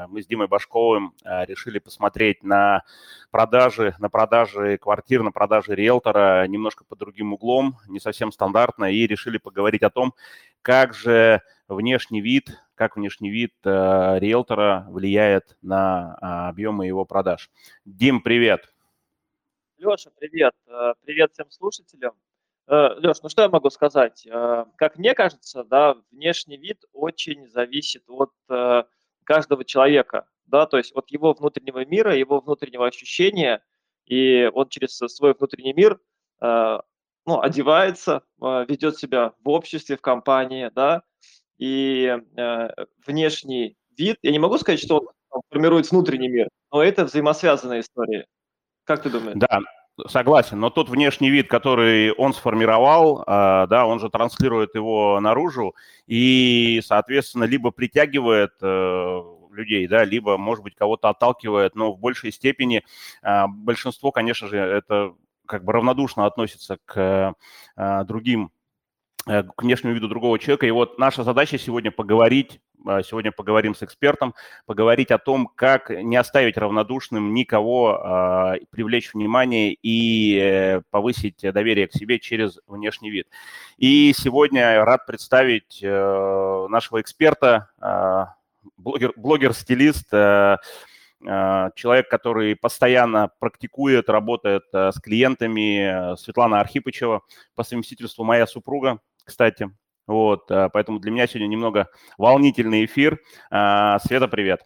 мы с Димой Башковым решили посмотреть на продажи квартир, на продажи риэлтора немножко под другим углом, не совсем стандартно, и решили поговорить о том, как внешний вид риэлтора влияет на объемы его продаж. Дим, привет. Леша, привет. Привет всем слушателям. Леш, ну что я могу сказать? Как мне кажется, да, внешний вид очень зависит от каждого человека, да, то есть от его внутреннего мира, его внутреннего ощущения, и он через свой внутренний мир одевается, ведет себя в обществе, в компании, да, и внешний вид, я не могу сказать, что он формирует внутренний мир, но это взаимосвязанная история. Как ты думаешь? Да, согласен, но тот внешний вид, который он сформировал, да, он же транслирует его наружу и, соответственно, либо притягивает людей, да, либо, может быть, кого-то отталкивает, но в большей степени большинство, конечно же, это как бы равнодушно относится к другим, к внешнему виду другого человека. И вот наша задача сегодня поговорим с экспертом, поговорить о том, как не оставить равнодушным никого, привлечь внимание и повысить доверие к себе через внешний вид. И сегодня я рад представить нашего эксперта, блогер-стилист, человек, который постоянно практикует, работает с клиентами, Светлана Архипычева, по совместительству моя супруга, кстати. Вот, поэтому для меня сегодня немного волнительный эфир. Света, привет.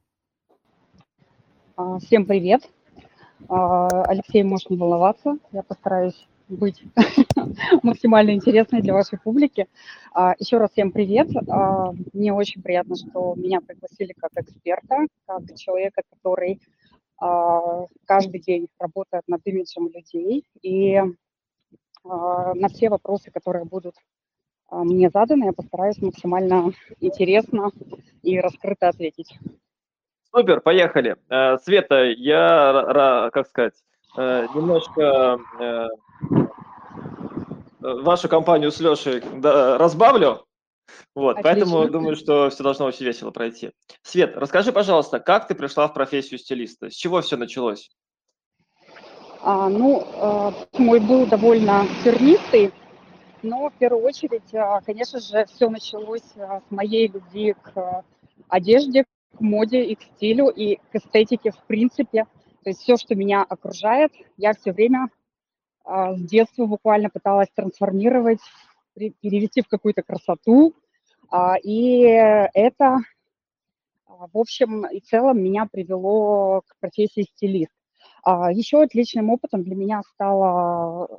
Всем привет. Алексей, можешь не волноваться. Я постараюсь быть максимально интересной для вашей публики. Еще раз всем привет. Мне очень приятно, что меня пригласили как эксперта, как человека, который каждый день работает над имиджем людей. И на все вопросы, которые будут мне заданы, я постараюсь максимально интересно и раскрыто ответить. Супер, поехали. Света, я, как сказать, немножко вашу компанию с Лешей разбавлю. Вот, поэтому думаю, что все должно очень весело пройти. Свет, расскажи, пожалуйста, как ты пришла в профессию стилиста? С чего все началось? Мой был довольно тернистый, но в первую очередь, конечно же, все началось с моей любви к одежде, к моде и к стилю, и к эстетике в принципе. То есть все, что меня окружает, я все время с детства буквально пыталась трансформировать, перевести в какую-то красоту. И это, в общем и целом, меня привело к профессии стилист. Еще отличным опытом для меня стала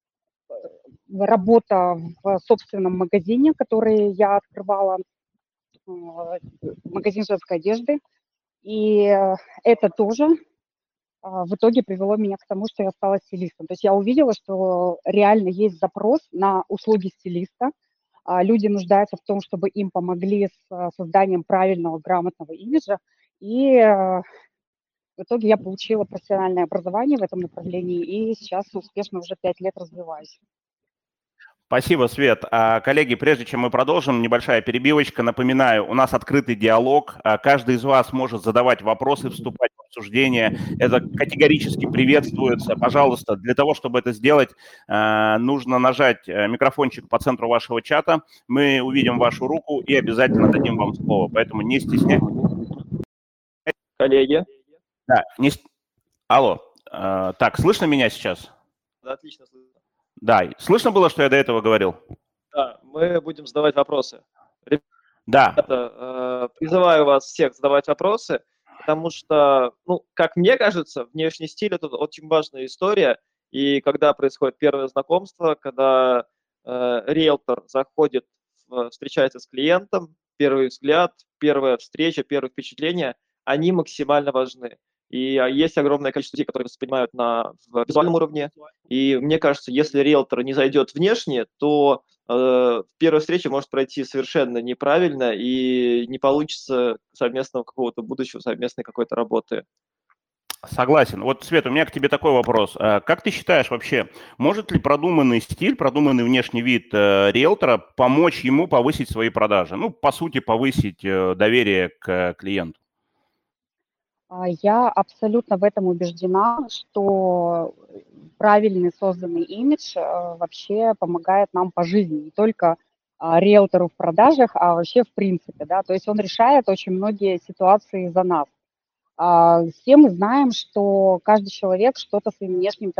работа в собственном магазине, который я открывала, магазин женской одежды. И это тоже в итоге привело меня к тому, что я стала стилистом. То есть я увидела, что реально есть запрос на услуги стилиста. Люди нуждаются в том, чтобы им помогли с созданием правильного, грамотного имиджа. И в итоге я получила профессиональное образование в этом направлении и сейчас успешно уже 5 лет развиваюсь. Спасибо, Свет. Коллеги, прежде чем мы продолжим, небольшая перебивочка. Напоминаю, у нас открытый диалог. Каждый из вас может задавать вопросы, вступать в обсуждение. Это категорически приветствуется. Пожалуйста, для того, чтобы это сделать, нужно нажать микрофончик по центру вашего чата. Мы увидим вашу руку и обязательно дадим вам слово. Поэтому не стесняйтесь. Коллеги. Да, Алло. Так, слышно меня сейчас? Да, отлично слышно. Да, слышно было, что я до этого говорил? Да, мы будем задавать вопросы. Да. Ребята, призываю вас всех задавать вопросы, потому что, как мне кажется, внешний стиль – это очень важная история. И когда происходит первое знакомство, когда риэлтор заходит, встречается с клиентом, первый взгляд, первая встреча, первое впечатление, они максимально важны. И есть огромное количество людей, которые воспринимают на визуальном уровне. И мне кажется, если риэлтор не зайдет внешне, то первая встреча может пройти совершенно неправильно и не получится совместного какого-то будущего, совместной какой-то работы. Согласен. Вот, Свет, у меня к тебе такой вопрос. Как ты считаешь вообще, может ли продуманный стиль, продуманный внешний вид риэлтора помочь ему повысить свои продажи? Ну, по сути, повысить доверие к клиенту? Я абсолютно в этом убеждена, что правильный созданный имидж вообще помогает нам по жизни, не только риэлтору в продажах, а вообще в принципе, да, то есть он решает очень многие ситуации за нас. Все мы знаем, что каждый человек что-то своим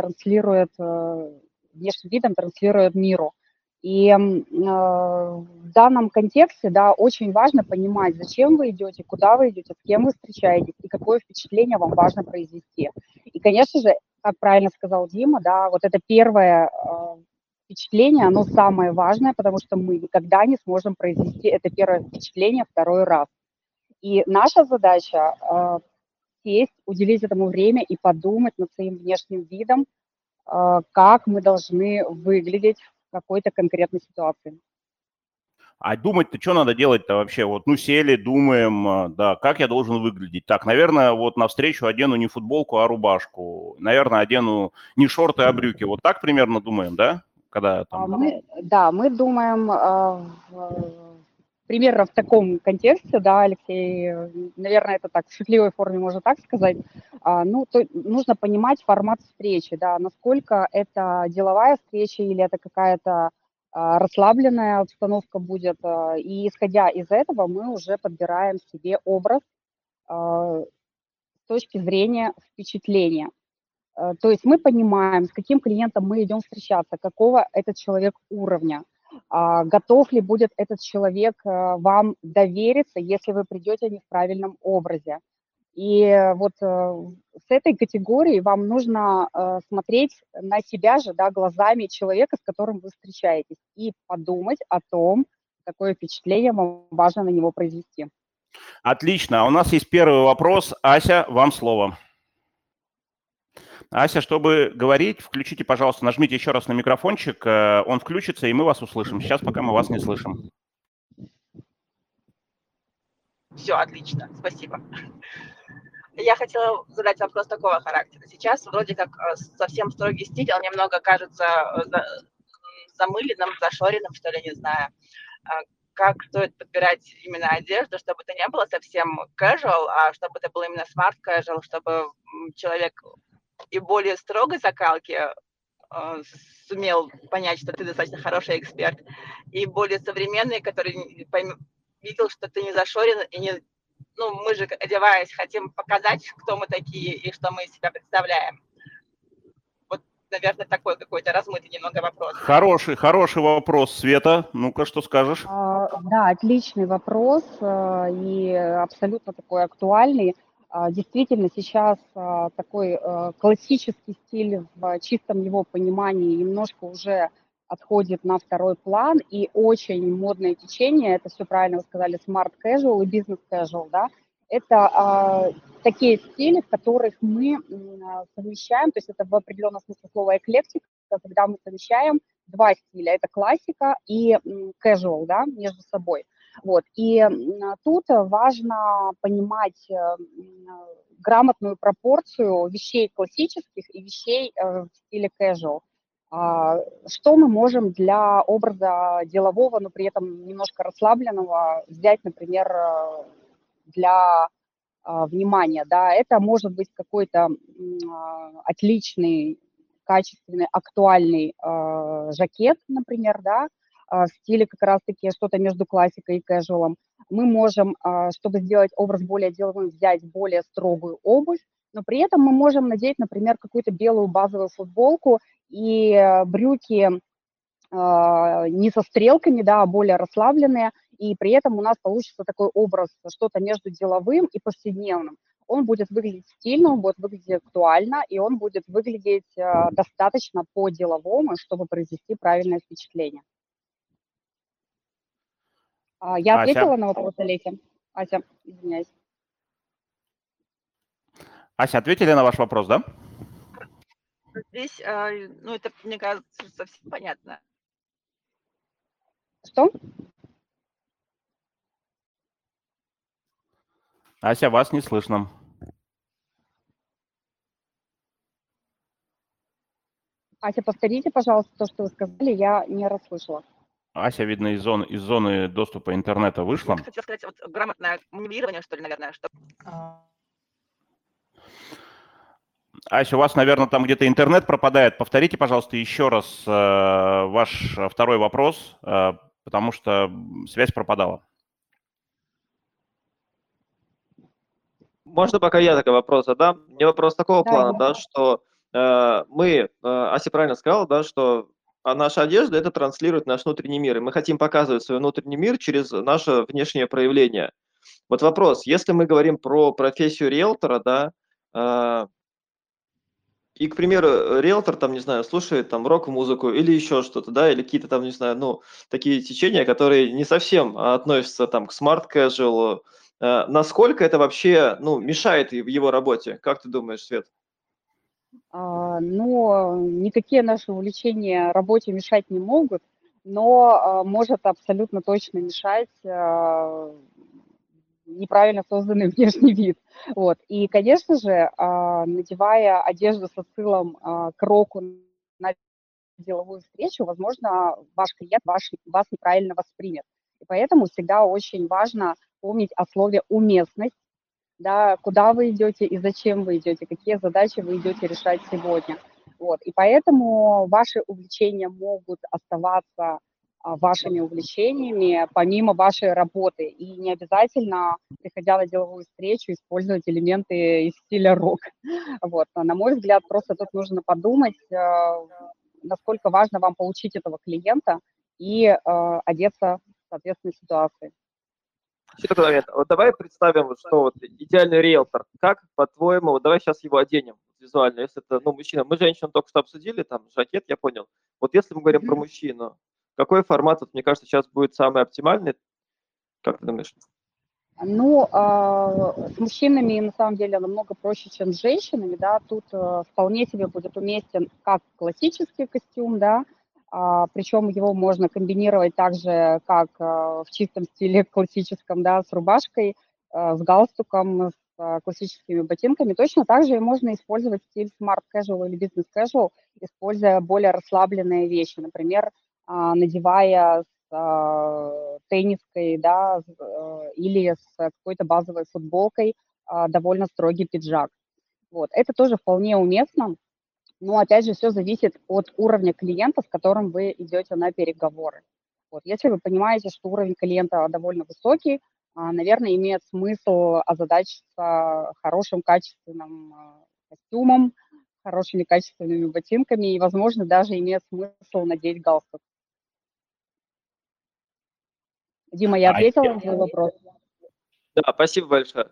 внешним видом транслирует миру. И в данном контексте, да, очень важно понимать, зачем вы идете, куда вы идете, с кем вы встречаетесь и какое впечатление вам важно произвести. И, конечно же, как правильно сказал Дима, да, вот это первое впечатление, оно самое важное, потому что мы никогда не сможем произвести это первое впечатление второй раз. И наша задача сесть, уделить этому время и подумать над своим внешним видом, как мы должны выглядеть в какой-то конкретной ситуации. А думать-то что надо делать-то вообще? Вот, ну, сели, думаем, да, как я должен выглядеть? Так, наверное, вот навстречу одену не футболку, а рубашку. Наверное, одену не шорты, а брюки. Вот так примерно думаем, да? Когда там... Мы думаем примерно в таком контексте, да, Алексей, наверное, это так, в шутливой форме можно так сказать. Нужно понимать формат встречи, да, насколько это деловая встреча или это какая-то расслабленная обстановка будет. И исходя из этого мы уже подбираем себе образ с точки зрения впечатления. То есть мы понимаем, с каким клиентом мы идем встречаться, какого этот человек уровня, готов ли будет этот человек вам довериться, если вы придете не в правильном образе. И вот с этой категорией вам нужно смотреть на себя же, да, глазами человека, с которым вы встречаетесь, и подумать о том, какое впечатление вам важно на него произвести. Отлично. А у нас есть первый вопрос. Ася, вам слово. Ася, чтобы говорить, включите, пожалуйста, нажмите еще раз на микрофончик, он включится, и мы вас услышим. Сейчас пока мы вас не слышим. Все, отлично, спасибо. Я хотела задать вопрос такого характера. Сейчас вроде как совсем строгий стиль, он немного кажется замыленным, зашоренным, что ли, не знаю. Как стоит подбирать именно одежду, чтобы это не было совсем casual, а чтобы это было именно smart casual, чтобы человек и более строгой закалки сумел понять, что ты достаточно хороший эксперт, и более современный, который видел, что ты не зашорен и не... Ну, мы же, одеваясь, хотим показать, кто мы такие и что мы из себя представляем. Вот, наверное, такой какой-то размытый немного вопрос. Хороший вопрос, Света. Ну-ка, что скажешь? Да, отличный вопрос и абсолютно такой актуальный. Действительно, сейчас такой классический стиль в чистом его понимании немножко уже отходит на второй план, и очень модное течение, это все правильно вы сказали, smart casual и business casual, да, это такие стили, в которых мы совмещаем, то есть это в определенном смысле слова эклектика, когда мы совмещаем два стиля, это классика и casual, да, между собой. Вот. И тут важно понимать грамотную пропорцию вещей классических и вещей в стиле casual. Что мы можем для образа делового, но при этом немножко расслабленного взять, например, для внимания, да, это может быть какой-то отличный, качественный, актуальный жакет, например, да, в стиле как раз-таки что-то между классикой и кэжуалом. Мы можем, чтобы сделать образ более деловым, взять более строгую обувь, но при этом мы можем надеть, например, какую-то белую базовую футболку и брюки не со стрелками, да, а более расслабленные, и при этом у нас получится такой образ, что-то между деловым и повседневным. Он будет выглядеть стильно, он будет выглядеть актуально, и он будет выглядеть достаточно по-деловому, чтобы произвести правильное впечатление. Я ответила на вопрос Олеси? Ася, извиняюсь. Ася, ответили на ваш вопрос, да? Здесь, ну, это, мне кажется, совсем понятно. Что? Ася, вас не слышно. Ася, повторите, пожалуйста, то, что вы сказали, я не расслышала. Ася, видно, из зоны доступа интернета вышла. Я хотела сказать, вот грамотное маневрирование, что ли, наверное, что... Ася, у вас, наверное, там где-то интернет пропадает. Повторите, пожалуйста, еще раз ваш второй вопрос, потому что связь пропадала. Можно пока я такой вопрос задам? Мне вопрос такого Да, плана, да, что Ася правильно сказала, да, что наша одежда – это транслирует наш внутренний мир, и мы хотим показывать свой внутренний мир через наше внешнее проявление. Вот вопрос, если мы говорим про профессию риэлтора, да, и, к примеру, риэлтор, там, не знаю, слушает там рок-музыку или еще что-то, да, или какие-то там, не знаю, ну, такие течения, которые не совсем относятся там к smart casual. Насколько это вообще, ну, мешает в его работе? Как ты думаешь, Свет? Но никакие наши увлечения работе мешать не могут, но может абсолютно точно мешать неправильно созданный внешний вид. Вот. И, конечно же, надевая одежду с отсылом к року на деловую встречу, возможно, ваш клиент вас неправильно воспримет. И поэтому всегда очень важно помнить о слове «уместность», да, куда вы идете и зачем вы идете, какие задачи вы идете решать сегодня. Вот. И поэтому ваши увлечения могут оставаться вашими увлечениями помимо вашей работы. И не обязательно, приходя на деловую встречу, использовать элементы из стиля рок. Вот. На мой взгляд, просто тут нужно подумать, насколько важно вам получить этого клиента и одеться в соответственной ситуации. Еще такой момент. Вот давай представим, что вот идеальный риэлтор. Как, по-твоему, вот давай сейчас его оденем визуально. Если это, ну, мужчина. Мы женщину только что обсудили, там, жакет, я понял. Вот если мы говорим про мужчину, какой формат, вот, мне кажется, сейчас будет самый оптимальный? Как ты думаешь? Ну, с мужчинами на самом деле намного проще, чем с женщинами, да, тут вполне себе будет уместен как классический костюм, да, причем его можно комбинировать также как в чистом стиле классическом, да, с рубашкой, с галстуком, с классическими ботинками. Точно так же и можно использовать стиль smart casual или business casual, используя более расслабленные вещи, например, надевая тенниской, да, или с какой-то базовой футболкой, довольно строгий пиджак. Вот. Это тоже вполне уместно, но, опять же, все зависит от уровня клиента, с которым вы идете на переговоры. Вот. Если вы понимаете, что уровень клиента довольно высокий, наверное, имеет смысл озадачиться хорошим, качественным костюмом, хорошими, качественными ботинками, и, возможно, даже имеет смысл надеть галстук. Дима, я ответила на твой вопрос? Да, спасибо большое.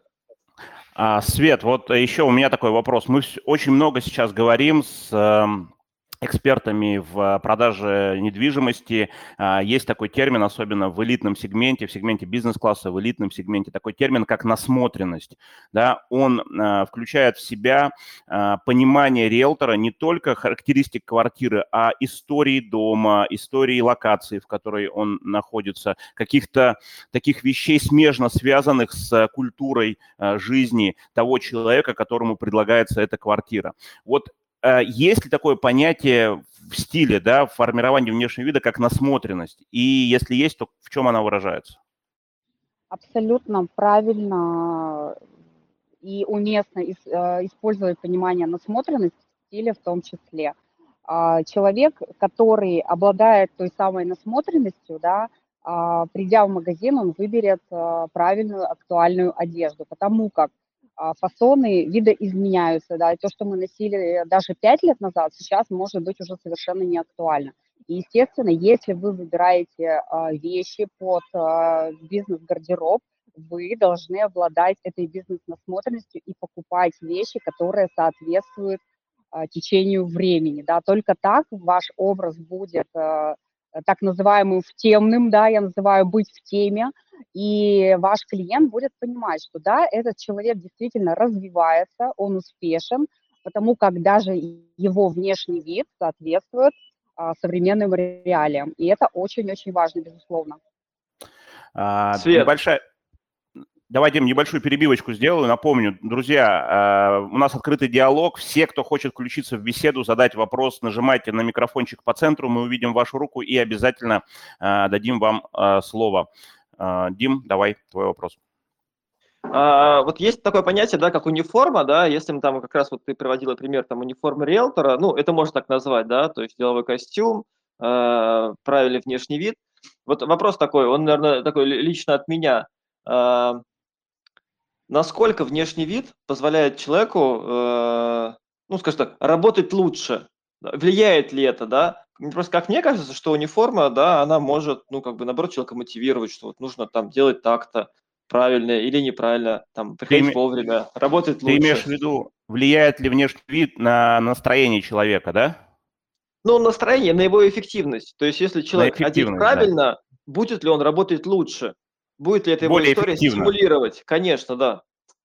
Свет, вот еще у меня такой вопрос. Мы очень много сейчас говорим с экспертами в продаже недвижимости. Есть такой термин, особенно в элитном сегменте, в сегменте бизнес-класса, в элитном сегменте, такой термин, как насмотренность. Да? Он включает в себя понимание риэлтора не только характеристик квартиры, а истории дома, истории локации, в которой он находится, каких-то таких вещей, смежно связанных с культурой жизни того человека, которому предлагается эта квартира. Вот есть ли такое понятие в стиле, да, в формировании внешнего вида, как насмотренность? И если есть, то в чем она выражается? Абсолютно правильно и уместно использовать понимание насмотренности в стиле в том числе. Человек, который обладает той самой насмотренностью, да, придя в магазин, он выберет правильную актуальную одежду, потому как фасоны видоизменяются, да, и то, что мы носили даже 5 лет назад, сейчас может быть уже совершенно не актуально. И, естественно, если вы выбираете вещи под бизнес-гардероб, вы должны обладать этой бизнес-насмотренностью и покупать вещи, которые соответствуют течению времени, да, только так ваш образ будет так называемым втемным, да, я называю быть в теме, и ваш клиент будет понимать, что да, этот человек действительно развивается, он успешен, потому как даже его внешний вид соответствует современным реалиям, и это очень-очень важно, безусловно. Свет. Давай, Дим, небольшую перебивочку сделаю. Напомню, друзья, у нас открытый диалог. Все, кто хочет включиться в беседу, задать вопрос, нажимайте на микрофончик по центру, мы увидим вашу руку и обязательно дадим вам слово. Дим, давай, твой вопрос. Вот есть такое понятие, да, как униформа, да, если мы там как раз вот ты приводила пример там униформы риэлтора, ну, это можно так назвать, да, то есть деловой костюм, правильный внешний вид. Вот вопрос такой, он, наверное, такой лично от меня. А, Насколько внешний вид позволяет человеку, ну, скажем так, работать лучше? Да, влияет ли это, да? Просто как мне кажется, что униформа, да, она может, ну, как бы, наоборот, человека мотивировать, что вот нужно там делать так-то, правильно или неправильно, там, Ты, приходить вовремя, работать ты имеешь лучше. в виду, влияет ли внешний вид на настроение человека, да? Ну, настроение, на его эффективность. То есть, если На человек одет эффективность, да. правильно, будет ли он работать лучше? Будет ли эта его Более история эффективно. стимулировать? Конечно, да.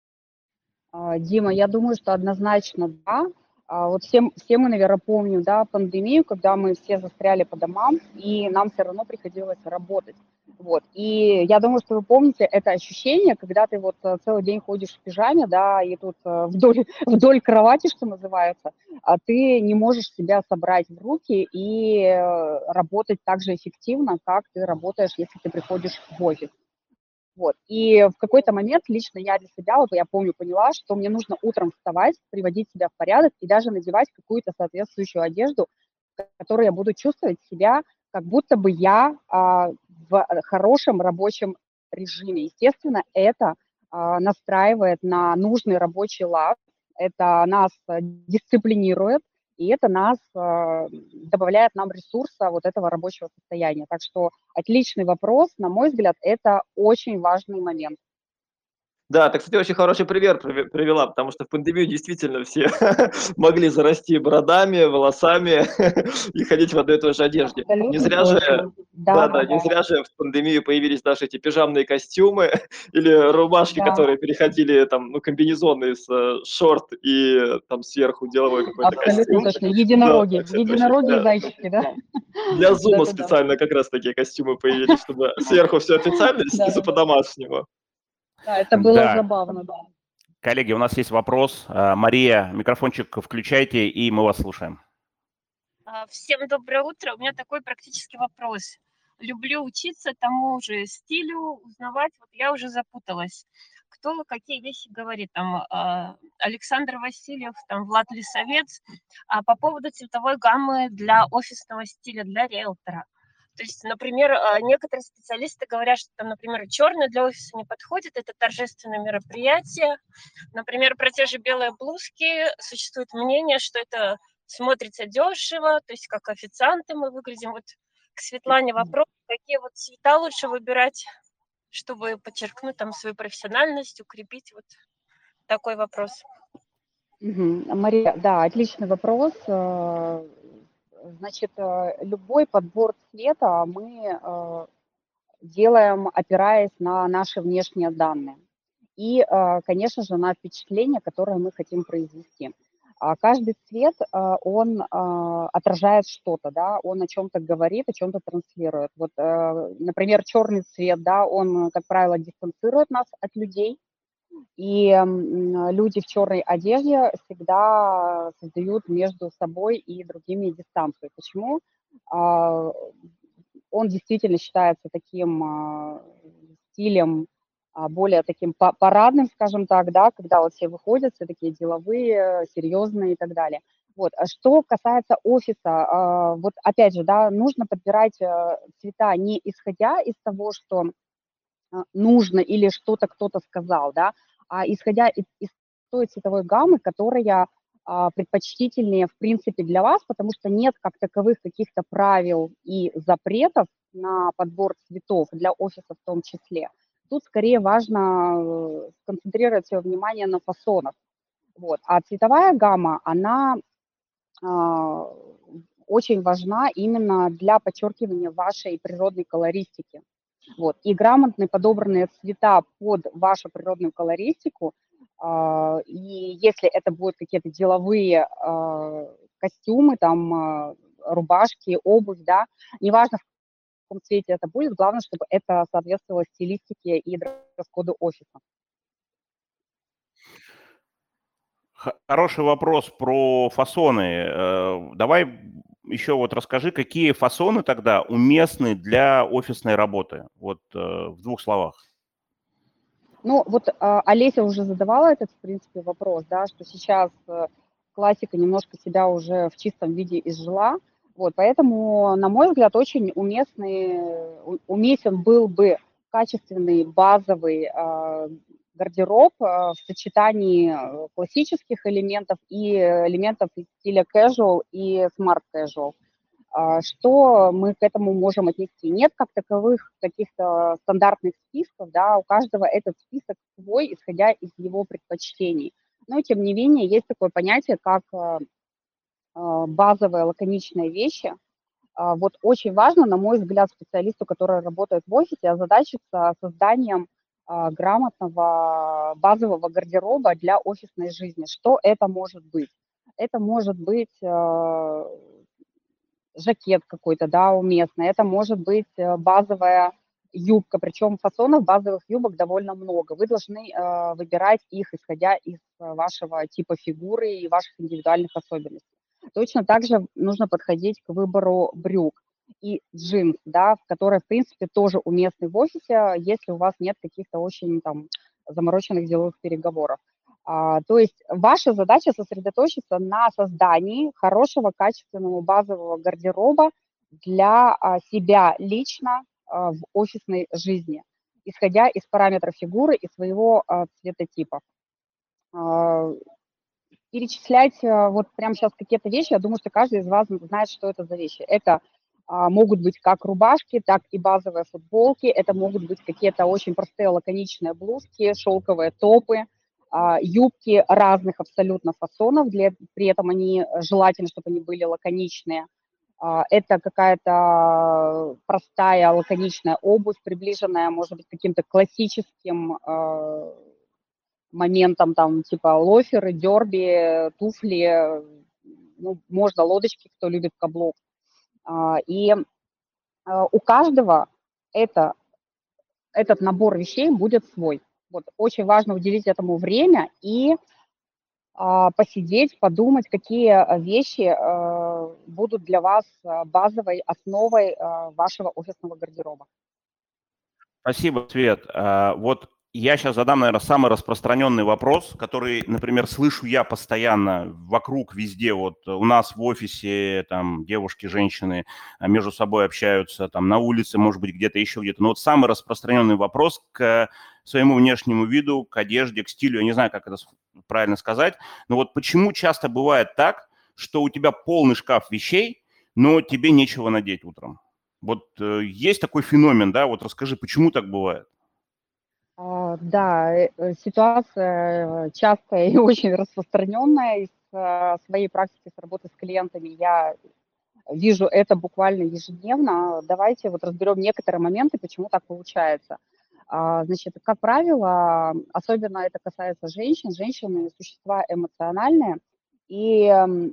Дима, я думаю, что однозначно да. Вот все мы, наверное, помним, да, пандемию, когда мы все застряли по домам, и нам все равно приходилось работать. Вот. И я думаю, что вы помните это ощущение, когда ты вот целый день ходишь в пижаме, да, и тут вдоль кровати, что называется, а ты не можешь себя собрать в руки и работать так же эффективно, как ты работаешь, если ты приходишь в офис. Вот. И в какой-то момент лично я для себя, вот я помню, поняла, что мне нужно утром вставать, приводить себя в порядок и даже надевать какую-то соответствующую одежду, в которой я буду чувствовать себя, как будто бы я в хорошем рабочем режиме. Естественно, это настраивает на нужный рабочий лад, это нас дисциплинирует, и это нас добавляет нам ресурса вот этого рабочего состояния. Так что отличный вопрос. На мой взгляд, это очень важный момент. Да, ты, кстати, очень хороший пример привела, потому что в пандемию действительно все могли зарасти бородами, волосами и ходить в одной и той же одежде. Не Абсолютно зря же, точно. Да, да-да, да, не да, зря же в пандемию появились даже эти пижамные костюмы или рубашки, да, которые переходили там, ну, комбинезоны из шорт и там сверху деловой какой-то абсолютно костюм. точно. Да, Единороги, так что это очень, единороги и да. зайчики, да? Для Да, зума да, да. специально как раз такие костюмы появились, чтобы сверху все официально, Да, снизу да, да. по-домашнему. Да, это было Да, забавно, да. коллеги, у нас есть вопрос. Мария, микрофончик включайте, и мы вас слушаем. Всем доброе утро. У меня такой практический вопрос. Люблю учиться тому же стилю, узнавать. Вот я уже запуталась. Кто какие вещи говорит? Там Александр Васильев, там Влад Лисовец. А по поводу цветовой гаммы для офисного стиля, для риэлтора. То есть, например, некоторые специалисты говорят, что там, например, черный для офиса не подходит, это торжественное мероприятие. Например, про те же белые блузки существует мнение, что это смотрится дешево, то есть как официанты мы выглядим. Вот к Светлане вопрос, какие вот цвета лучше выбирать, чтобы подчеркнуть там свою профессиональность, укрепить. Вот такой вопрос. Мария, да, отличный вопрос. Значит, любой подбор цвета мы делаем, опираясь на наши внешние данные и, конечно же, на впечатление, которое мы хотим произвести. Каждый цвет, он отражает что-то, да, он о чем-то говорит, о чем-то транслирует. Вот, например, черный цвет, да, он, как правило, дистанцирует нас от людей, и люди в черной одежде всегда создают между собой и другими дистанцию. Почему? Он действительно считается таким стилем, более таким парадным, скажем так, да, когда вот все выходят, все такие деловые, серьезные и так далее. Вот. А что касается офиса, вот опять же, да, нужно подбирать цвета не исходя из того, что нужно или что-то кто-то сказал, да, а исходя из той цветовой гаммы, которая предпочтительнее, в принципе, для вас, потому что нет как таковых каких-то правил и запретов на подбор цветов для офиса в том числе. Тут скорее важно сконцентрировать свое внимание на фасонах. Вот. А цветовая гамма, она очень важна именно для подчеркивания вашей природной колористики. Вот. И грамотные подобранные цвета под вашу природную колористику, и если это будут какие-то деловые костюмы, там, рубашки, обувь, да, неважно, в каком цвете это будет, главное, чтобы это соответствовало стилистике и дресс-коду офиса. Хороший вопрос про фасоны. Давай еще вот расскажи, какие фасоны тогда уместны для офисной работы? Вот в двух словах. Ну, вот Олеся уже задавала этот, в принципе, вопрос, да, что сейчас классика немножко себя уже в чистом виде изжила. Вот, поэтому, на мой взгляд, очень уместен был бы качественный базовый гардероб в сочетании классических элементов и элементов из стиля casual и smart casual. Что мы к этому можем отнести? Нет как таковых каких-то стандартных списков, да, у каждого этот список свой, исходя из его предпочтений. Но, тем не менее, есть такое понятие, как базовые лаконичные вещи. Вот очень важно, на мой взгляд, специалисту, который работает в офисе, озадачиться созданием грамотного базового гардероба для офисной жизни. Что это может быть? Это может быть жакет какой-то, да, уместный. Это может быть базовая юбка, причем фасонов базовых юбок довольно много. Вы должны выбирать их, исходя из вашего типа фигуры и ваших индивидуальных особенностей. Точно так же нужно подходить к выбору брюк и джинс, да, которые, в принципе, тоже уместны в офисе, если у вас нет каких-то очень там замороченных деловых переговоров. То есть ваша задача сосредоточиться на создании хорошего, качественного базового гардероба для себя лично в офисной жизни, исходя из параметров фигуры и своего цветотипа. Перечислять вот прямо сейчас какие-то вещи, я думаю, что каждый из вас знает, что это за вещи. Это могут быть как рубашки, так и базовые футболки, это могут быть какие-то очень простые лаконичные блузки, шелковые топы, юбки разных абсолютно фасонов, при этом они желательно, чтобы они были лаконичные. Это какая-то простая лаконичная обувь, приближенная, может быть, к каким-то классическим моментам, там, типа лоферы, дерби, туфли, ну, можно лодочки, кто любит каблук. И у каждого этот набор вещей будет свой. Вот очень важно уделить этому время и посидеть, подумать, какие вещи будут для вас базовой основой вашего офисного гардероба. Спасибо, Свет. Вот я сейчас задам, наверное, самый распространенный вопрос, который, например, слышу я постоянно вокруг, везде. Вот у нас в офисе там девушки, женщины между собой общаются, там на улице, может быть, где-то еще где-то. Но вот самый распространенный вопрос к своему внешнему виду, к одежде, к стилю. Я не знаю, как это правильно сказать. Но вот почему часто бывает так, что у тебя полный шкаф вещей, но тебе нечего надеть утром? Вот есть такой феномен, да? Вот расскажи, почему так бывает? Да, ситуация частая и очень распространенная. Из своей практики с работы с клиентами я вижу это буквально ежедневно. Давайте вот разберем некоторые моменты, почему так получается. Значит, как правило, особенно это касается женщин. Женщины – существа эмоциональные, и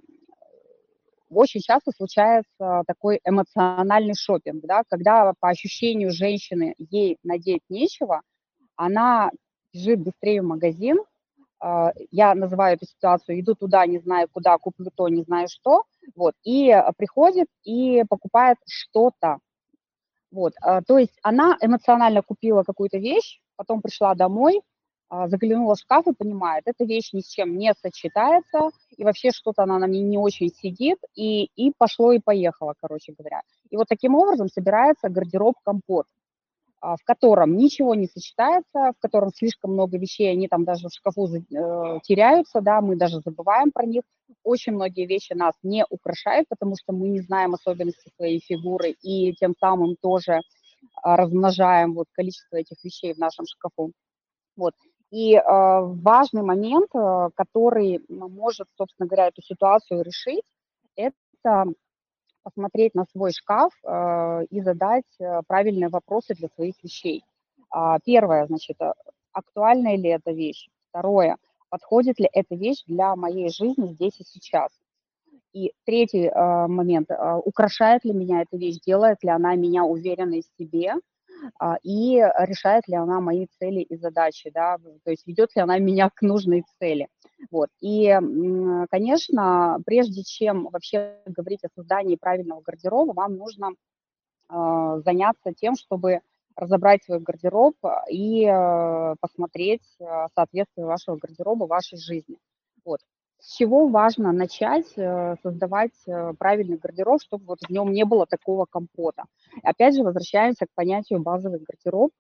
очень часто случается такой эмоциональный шопинг, да, когда по ощущению женщины ей надеть нечего, она бежит быстрее в магазин. Я называю эту ситуацию, иду туда, не знаю куда, куплю то, не знаю что, вот, и приходит и покупает что-то. Вот, то есть она эмоционально купила какую-то вещь, потом пришла домой, заглянула в шкаф и понимает, эта вещь ни с чем не сочетается, и вообще что-то она на мне не очень сидит, и пошло и поехало, короче говоря. И вот таким образом собирается гардероб-компот, в котором ничего не сочетается, в котором слишком много вещей, они там даже в шкафу теряются, да, мы даже забываем про них. Очень многие вещи нас не украшают, потому что мы не знаем особенности своей фигуры и тем самым тоже размножаем вот количество этих вещей в нашем шкафу. Вот. И важный момент, который может, собственно говоря, эту ситуацию решить, это посмотреть на свой шкаф и задать правильные вопросы для своих вещей. Первое, значит, актуальна ли эта вещь? Второе, подходит ли эта вещь для моей жизни здесь и сейчас? И третий момент, украшает ли меня эта вещь, делает ли она меня уверенной в себе, и решает ли она мои цели и задачи, да, то есть ведет ли она меня к нужной цели. Вот. И, конечно, прежде чем вообще говорить о создании правильного гардероба, вам нужно заняться тем, чтобы разобрать свой гардероб и посмотреть соответствие вашего гардероба вашей жизни. Вот. С чего важно начать создавать правильный гардероб, чтобы вот в нем не было такого компота. Опять же, возвращаемся к понятию базовый гардероб.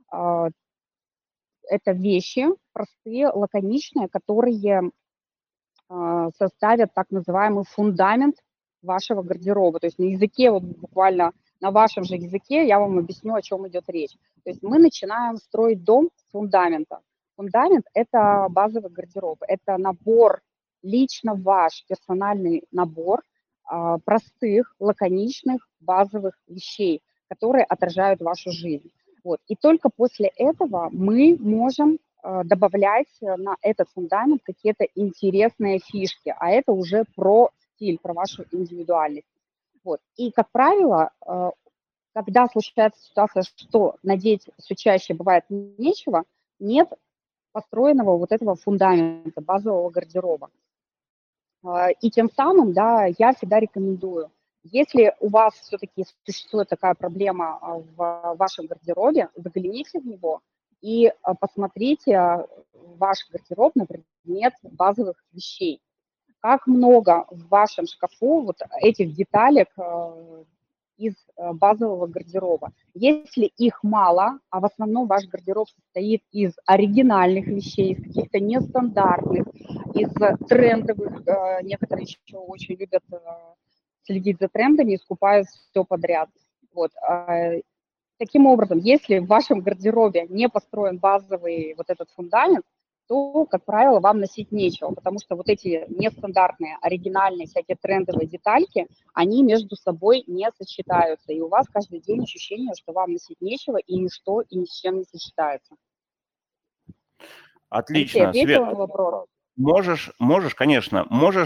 Это вещи простые, лаконичные, которые составят так называемый фундамент вашего гардероба. То есть на языке, вот буквально на вашем же языке я вам объясню, о чем идет речь. То есть мы начинаем строить дом с фундамента. Фундамент – это базовый гардероб, это набор, лично ваш персональный набор простых, лаконичных, базовых вещей, которые отражают вашу жизнь. Вот. И только после этого мы можем добавлять на этот фундамент какие-то интересные фишки, а это уже про стиль, про вашу индивидуальность. Вот. И, как правило, когда случается ситуация, что надеть все чаще бывает нечего, нет построенного вот этого фундамента, базового гардероба. И тем самым, да, я всегда рекомендую, если у вас все-таки существует такая проблема в вашем гардеробе, загляните в него и посмотрите ваш гардероб на предмет базовых вещей. Как много в вашем шкафу вот этих деталек из базового гардероба. Если их мало, а в основном ваш гардероб состоит из оригинальных вещей, из каких-то нестандартных, из трендовых, некоторые еще очень любят следить за трендами и скупают все подряд. Вот. Таким образом, если в вашем гардеробе не построен базовый вот этот фундамент, то, как правило, вам носить нечего, потому что вот эти нестандартные, оригинальные, всякие трендовые детальки, они между собой не сочетаются, и у вас каждый день ощущение, что вам носить нечего, и ничто и ни с чем не сочетается. Алексей, Отлично. Свет, ответила на вопрос? можешь, конечно,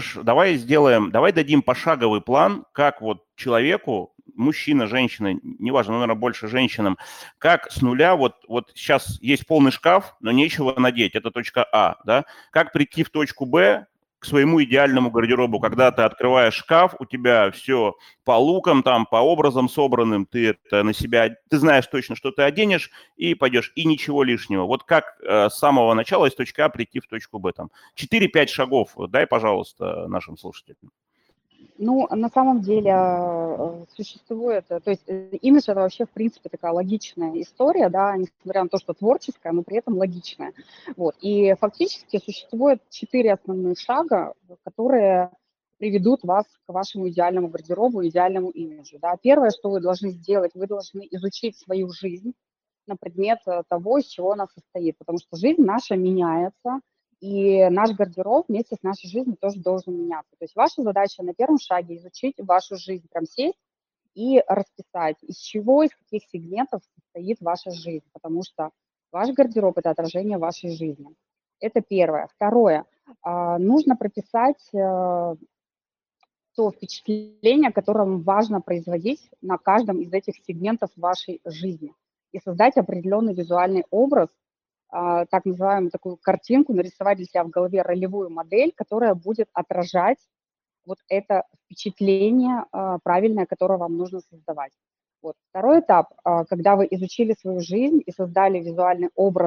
давай дадим пошаговый план, как вот человеку, мужчина, женщина, неважно, наверное, больше женщинам, как с нуля, вот сейчас есть полный шкаф, но нечего надеть, это точка А, да, как прийти в точку Б, к своему идеальному гардеробу, когда ты открываешь шкаф, у тебя все по лукам, там, по образам собранным, ты это на себя, ты знаешь точно, что ты оденешь, и пойдешь, и ничего лишнего. Вот как с самого начала из точки А прийти в точку Б, там, 4-5 шагов дай, пожалуйста, нашим слушателям. Ну, на самом деле существует, то есть имидж – это вообще, в принципе, такая логичная история, да, несмотря на то, что творческая, но при этом логичная. Вот. И фактически существует 4 основных шага, которые приведут вас к вашему идеальному гардеробу, идеальному имиджу. Да. Первое, что вы должны сделать, вы должны изучить свою жизнь на предмет того, из чего она состоит, потому что жизнь наша меняется, и наш гардероб вместе с нашей жизнью тоже должен меняться. То есть ваша задача на первом шаге изучить вашу жизнь, прям сесть и расписать, из чего, из каких сегментов состоит ваша жизнь, потому что ваш гардероб – это отражение вашей жизни. Это первое. Второе. Нужно прописать то впечатление, которое вам важно производить на каждом из этих сегментов вашей жизни и создать определенный визуальный образ, так называемую такую картинку, нарисовать для себя в голове ролевую модель, которая будет отражать вот это впечатление правильное, которое вам нужно создавать. Вот. Второй этап, когда вы изучили свою жизнь и создали визуальный образ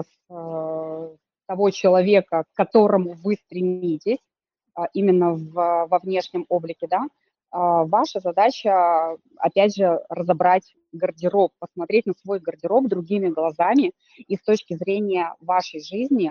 того человека, к которому вы стремитесь, именно во внешнем облике, да, ваша задача, опять же, разобрать гардероб, посмотреть на свой гардероб другими глазами и с точки зрения вашей жизни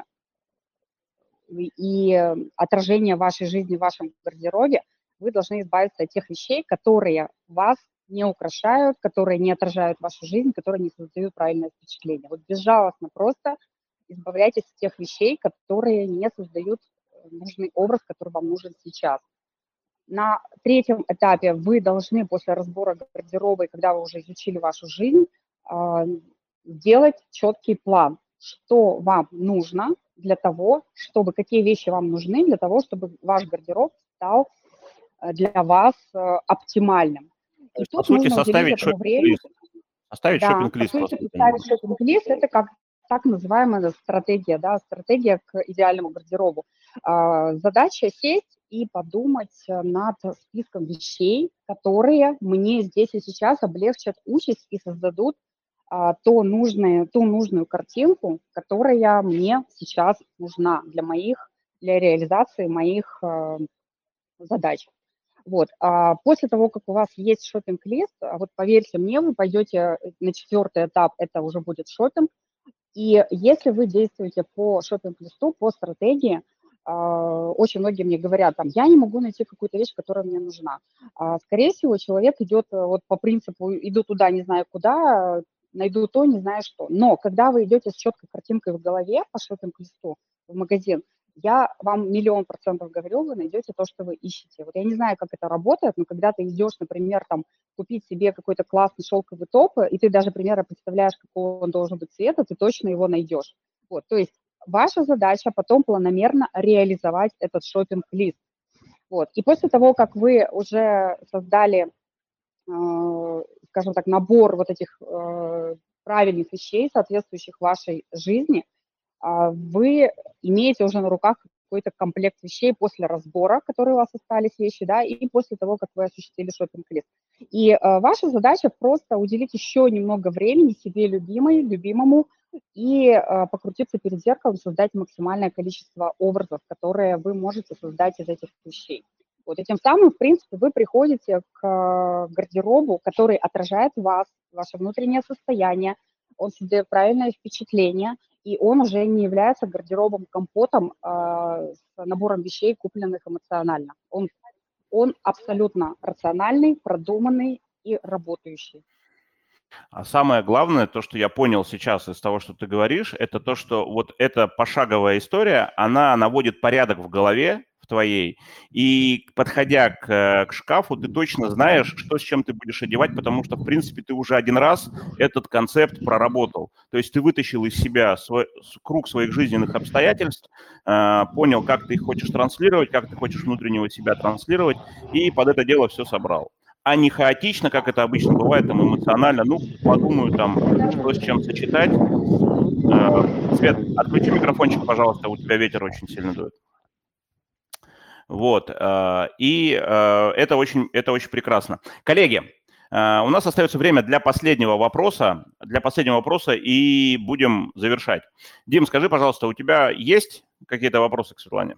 и отражения вашей жизни в вашем гардеробе, вы должны избавиться от тех вещей, которые вас не украшают, которые не отражают вашу жизнь, которые не создают правильное впечатление. Вот безжалостно просто избавляйтесь от тех вещей, которые не создают нужный образ, который вам нужен сейчас. На третьем этапе вы должны после разбора гардероба, и когда вы уже изучили вашу жизнь, сделать четкий план, что вам нужно для того, чтобы, какие вещи вам нужны для того, чтобы ваш гардероб стал для вас оптимальным. То есть, И по тут сути, нужно уделить этому время. Составить Да, шопинг-лист по просто. сути, составить шопинг-лист – это как так называемая стратегия, да, стратегия к идеальному гардеробу. Задача сесть и подумать над списком вещей, которые мне здесь и сейчас облегчат участь и создадут ту нужную картинку, которая мне сейчас нужна для реализации моих задач. Вот. После того, как у вас есть шопинг-лист, вот поверьте мне, вы пойдете на 4-й этап, это уже будет шопинг. И если вы действуете по шопинг-листу, по стратегии, очень многие мне говорят, там, я не могу найти какую-то вещь, которая мне нужна. Скорее всего, человек идет вот по принципу, иду туда, не знаю куда, найду то, не знаю что. Но когда вы идете с четкой картинкой в голове по шопинг-листу в магазин, я вам 1000000% говорю, вы найдете то, что вы ищете. Вот я не знаю, как это работает, но когда ты идешь, например, там, купить себе какой-то классный шелковый топ, и ты даже примерно представляешь, какого он должен быть цвета, ты точно его найдешь. Вот, то есть ваша задача потом планомерно реализовать этот шопинг-лист. Вот. И после того, как вы уже создали, скажем так, набор вот этих правильных вещей, соответствующих вашей жизни, вы имеете уже на руках какой-то комплект вещей после разбора, которые у вас остались вещи, да, и после того, как вы осуществили шопинг-лист. И ваша задача просто уделить еще немного времени себе любимому, и покрутиться перед зеркалом, создать максимальное количество образов, которые вы можете создать из этих вещей. Вот, и тем самым, в принципе, вы приходите к гардеробу, который отражает вас, ваше внутреннее состояние, он создает правильное впечатление, и он уже не является гардеробом-компотом с набором вещей, купленных эмоционально. Он абсолютно рациональный, продуманный и работающий. А самое главное, то, что я понял сейчас из того, что ты говоришь, это то, что вот эта пошаговая история, она наводит порядок в голове в твоей, и подходя к шкафу, ты точно знаешь, что с чем ты будешь одевать, потому что, в принципе, ты уже один раз этот концепт проработал. То есть ты вытащил из себя круг своих жизненных обстоятельств, понял, как ты их хочешь транслировать, как ты хочешь внутреннего себя транслировать, и под это дело все собрал. А не хаотично, как это обычно бывает, там, эмоционально, ну, подумаю, там, что с чем сочетать. Свет, отключи микрофончик, пожалуйста, у тебя ветер очень сильно дует. Вот, и это очень прекрасно. Коллеги, у нас остается время для последнего вопроса, и будем завершать. Дим, скажи, пожалуйста, у тебя есть какие-то вопросы к Светлане?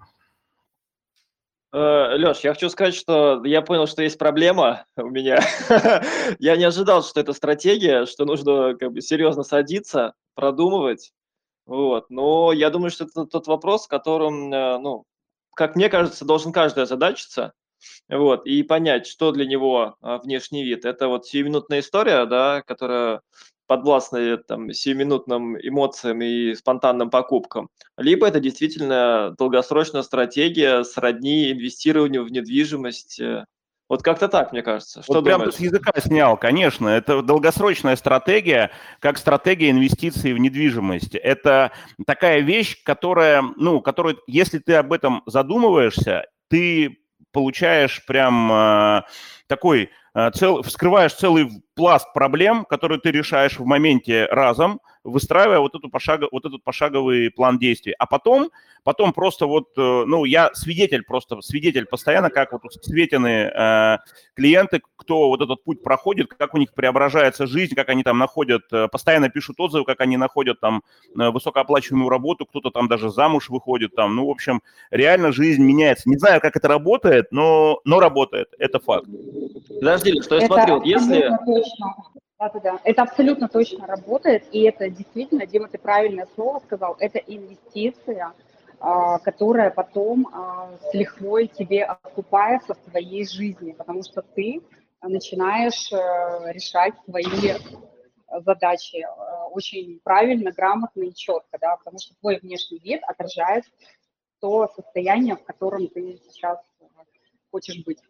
Леш, я хочу сказать, что я понял, что есть проблема у меня. Я не ожидал, что это стратегия, что нужно как бы серьезно садиться, продумывать. Вот. Но я думаю, что это тот вопрос, которым, ну, как мне кажется, должен каждый озадачиться. Вот, и понять, что для него внешний вид. Это вот сиюминутная история, да, которая подвластна там сиюминутным эмоциям и спонтанным покупкам. Либо это действительно долгосрочная стратегия сродни инвестированию в недвижимость. Вот как-то так, мне кажется. Что вот прям думаешь? с языка снял, конечно. Это долгосрочная стратегия, как стратегия инвестиций в недвижимость. Это такая вещь, которая, если ты об этом задумываешься, ты получаешь прям такой, вскрываешь целый пласт проблем, которые ты решаешь в моменте разом, выстраивая вот этот пошаговый план действий. А потом просто я свидетель постоянно, как вот у Светины клиенты, кто вот этот путь проходит, как у них преображается жизнь, как они там находят, постоянно пишут отзывы, как они находят там высокооплачиваемую работу, кто-то там даже замуж выходит там, в общем, реально жизнь меняется. Не знаю, как это работает, но работает, это факт. Подожди, что я смотрю, если... Да. Это абсолютно точно работает, и это действительно, Дима, ты правильное слово сказал, это инвестиция, которая потом с лихвой тебе окупается в твоей жизни, потому что ты начинаешь решать свои задачи очень правильно, грамотно и четко, да, потому что твой внешний вид отражает то состояние, в котором ты сейчас хочешь быть.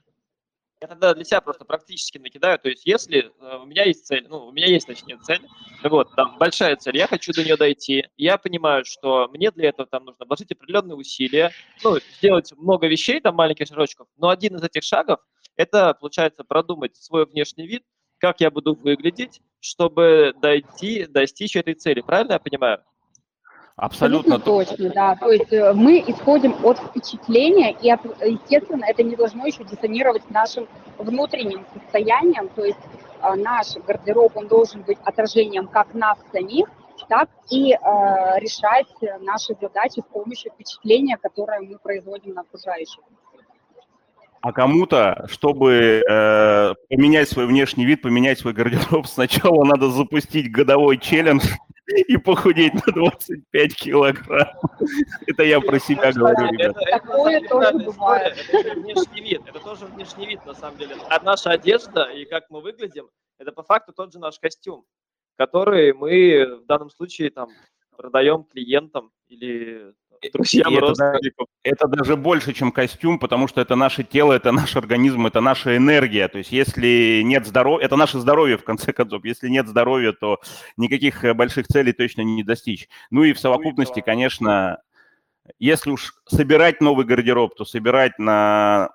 Я тогда для себя просто практически накидаю, то есть если у меня есть цель, у меня есть, точнее, цель, вот, там, большая цель, я хочу до нее дойти, я понимаю, что мне для этого там нужно вложить определенные усилия, сделать много вещей, там, маленьких шажочков, но один из этих шагов, это, получается, продумать свой внешний вид, как я буду выглядеть, чтобы достичь этой цели, правильно я понимаю? Абсолютно точно, да. То есть мы исходим от впечатления, и, естественно, это не должно еще диссонировать с нашим внутренним состоянием. То есть наш гардероб, он должен быть отражением как нас самих, так и решать наши задачи с помощью впечатления, которое мы производим на окружающих. А кому-то, чтобы поменять свой внешний вид, поменять свой гардероб, сначала надо запустить годовой челлендж и похудеть на 25 килограмм. Это я про себя говорю, ребят. Такое тоже бывает. Это внешний вид, это тоже внешний вид, на самом деле. А наша одежда и как мы выглядим, это по факту тот же наш костюм, который мы в данном случае там продаем клиентам или друзьям, родственникам. Это даже больше, чем костюм, потому что это наше тело, это наш организм, это наша энергия. То есть если нет здоровья, это наше здоровье, в конце концов. Если нет здоровья, то никаких больших целей точно не достичь. Ну и в совокупности, конечно, если уж собирать новый гардероб, то собирать на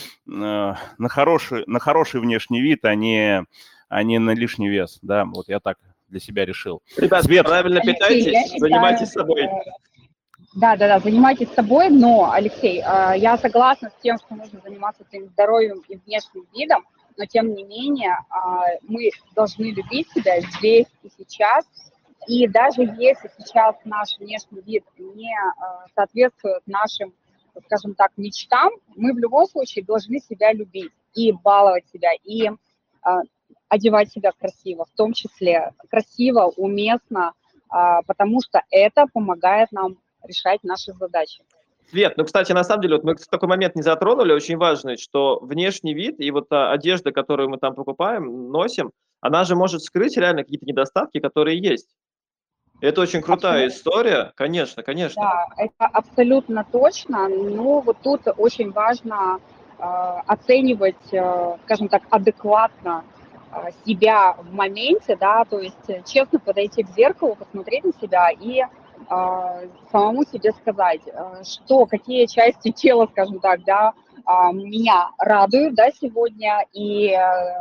хороший внешний вид, а не на лишний вес. Да, вот я так для себя решил. Ребята, Свет. Правильно питайтесь, занимайтесь собой. Да, занимайтесь собой, но, Алексей, я согласна с тем, что нужно заниматься своим здоровьем и внешним видом, но, тем не менее, мы должны любить себя здесь и сейчас, и даже если сейчас наш внешний вид не соответствует нашим, скажем так, мечтам, мы в любом случае должны себя любить и баловать себя, и одевать себя красиво, в том числе красиво, уместно, потому что это помогает нам решать наши задачи. Свет, ну, кстати, на самом деле, вот мы такой момент не затронули, очень важный, что внешний вид и вот та одежда, которую мы там покупаем, носим, она же может скрыть реально какие-то недостатки, которые есть. Это очень крутая история, конечно. Да, это абсолютно точно, но вот тут очень важно оценивать, скажем так, адекватно себя в моменте, да, то есть честно подойти к зеркалу, посмотреть на себя и самому себе сказать, что, какие части тела, скажем так, да, меня радуют, да, сегодня, и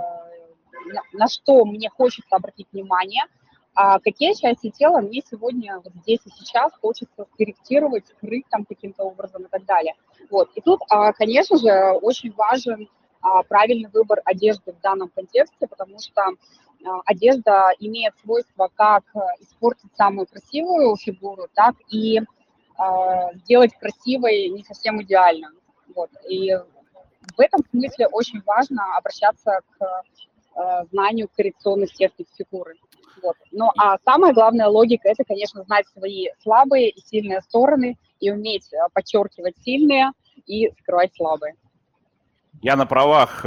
на что мне хочется обратить внимание, а какие части тела мне сегодня вот здесь и сейчас хочется скорректировать, скрыть там каким-то образом и так далее. Вот. И тут, конечно же, очень важен правильный выбор одежды в данном контексте, потому что одежда имеет свойство как испортить самую красивую фигуру, так и сделать красивой не совсем идеально. Вот. И в этом смысле очень важно обращаться к знанию коррекционных техник фигуры. Вот. Ну, а самая главная логика – это, конечно, знать свои слабые и сильные стороны и уметь подчеркивать сильные и скрывать слабые. Я на правах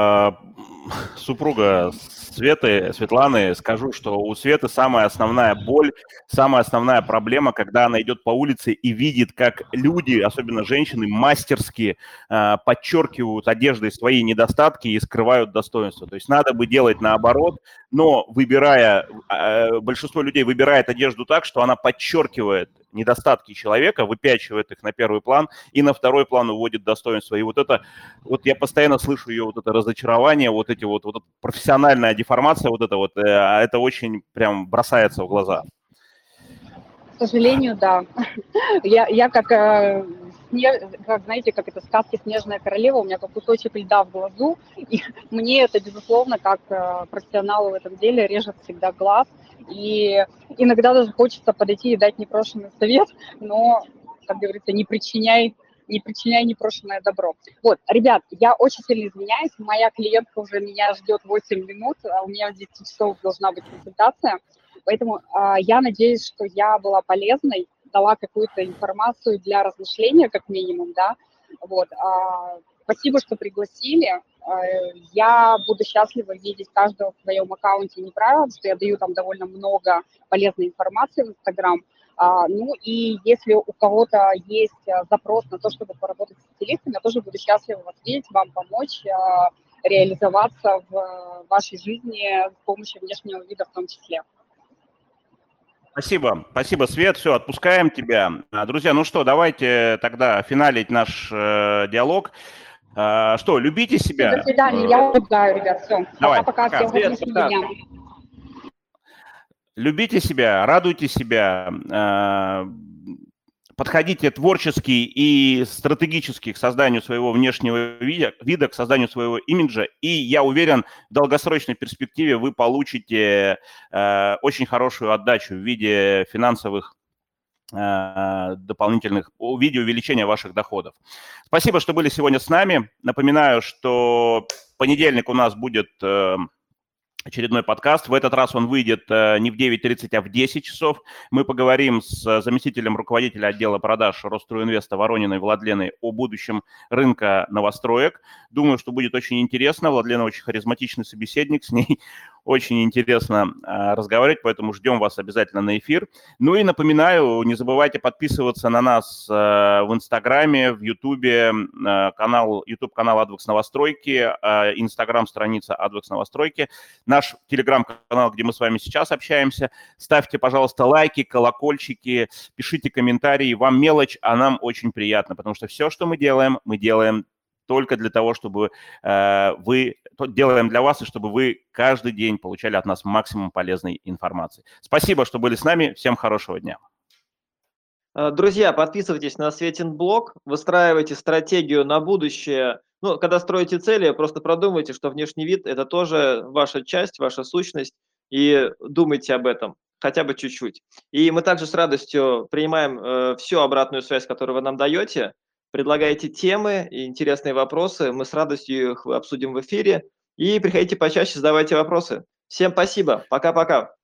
супруга Светланы скажу, что у Светы самая основная боль, самая основная проблема, когда она идет по улице и видит, как люди, особенно женщины, мастерски подчеркивают одеждой свои недостатки и скрывают достоинства. То есть надо бы делать наоборот, но большинство людей выбирает одежду так, что она подчеркивает недостатки человека, выпячивает их на первый план и на второй план уводит достоинство. И вот я постоянно слышу ее вот это разочарование, вот эта профессиональная деформация, это очень прям бросается в глаза. К сожалению, да. Я как, знаете, как это сказки «Снежная королева», у меня как кусочек льда в глазу, и мне это, безусловно, как профессионалу в этом деле режет всегда глаз, и иногда даже хочется подойти и дать непрошенный совет, но, как говорится, не причиняй непрошенное добро. Вот, ребят, я очень сильно извиняюсь, моя клиентка уже меня ждет 8 минут, а у меня в 10 часов должна быть консультация, поэтому я надеюсь, что я была полезной, дала какую-то информацию для размышления, как минимум, да, вот. Спасибо, что пригласили. Я буду счастлива видеть каждого в своем аккаунте, неправильно, что я даю там довольно много полезной информации в Инстаграм. Ну и если у кого-то есть запрос на то, чтобы поработать с стилистами, я тоже буду счастлива вас видеть, вам помочь реализоваться в вашей жизни с помощью внешнего вида в том числе. Спасибо, Свет. Все, отпускаем тебя. Друзья, ну что, давайте тогда финалить наш диалог. Что, любите себя? До свидания, я уезжаю, ребят, все. Пока. Всем хорошего дня. Любите себя, радуйте себя, подходите творчески и стратегически к созданию своего внешнего вида, к созданию своего имиджа, и я уверен, в долгосрочной перспективе вы получите очень хорошую отдачу в виде финансовых дополнительных, в виде увеличения ваших доходов. Спасибо, что были сегодня с нами. Напоминаю, что в понедельник у нас будет очередной подкаст. В этот раз он выйдет не в 9:30, а в 10 часов. Мы поговорим с заместителем руководителя отдела продаж Росстройинвеста Ворониной Владленой о будущем рынка новостроек. Думаю, что будет очень интересно. Владлена очень харизматичный собеседник, с ней очень интересно разговаривать, поэтому ждем вас обязательно на эфир. Ну и напоминаю, не забывайте подписываться на нас в Инстаграме, в Ютубе, YouTube-канал Advex Новостройки, Инстаграм-страница Advex Новостройки, наш Телеграм-канал, где мы с вами сейчас общаемся. Ставьте, пожалуйста, лайки, колокольчики, пишите комментарии. Вам мелочь, а нам очень приятно, потому что все, что мы делаем только для того, чтобы делаем для вас, и чтобы вы каждый день получали от нас максимум полезной информации. Спасибо, что были с нами. Всем хорошего дня. Друзья, подписывайтесь на Светин-блог, выстраивайте стратегию на будущее. Ну, когда строите цели, просто продумайте, что внешний вид – это тоже ваша часть, ваша сущность, и думайте об этом хотя бы чуть-чуть. И мы также с радостью принимаем всю обратную связь, которую вы нам даете. Предлагайте темы и интересные вопросы, мы с радостью их обсудим в эфире. И приходите почаще, задавайте вопросы. Всем спасибо, пока-пока.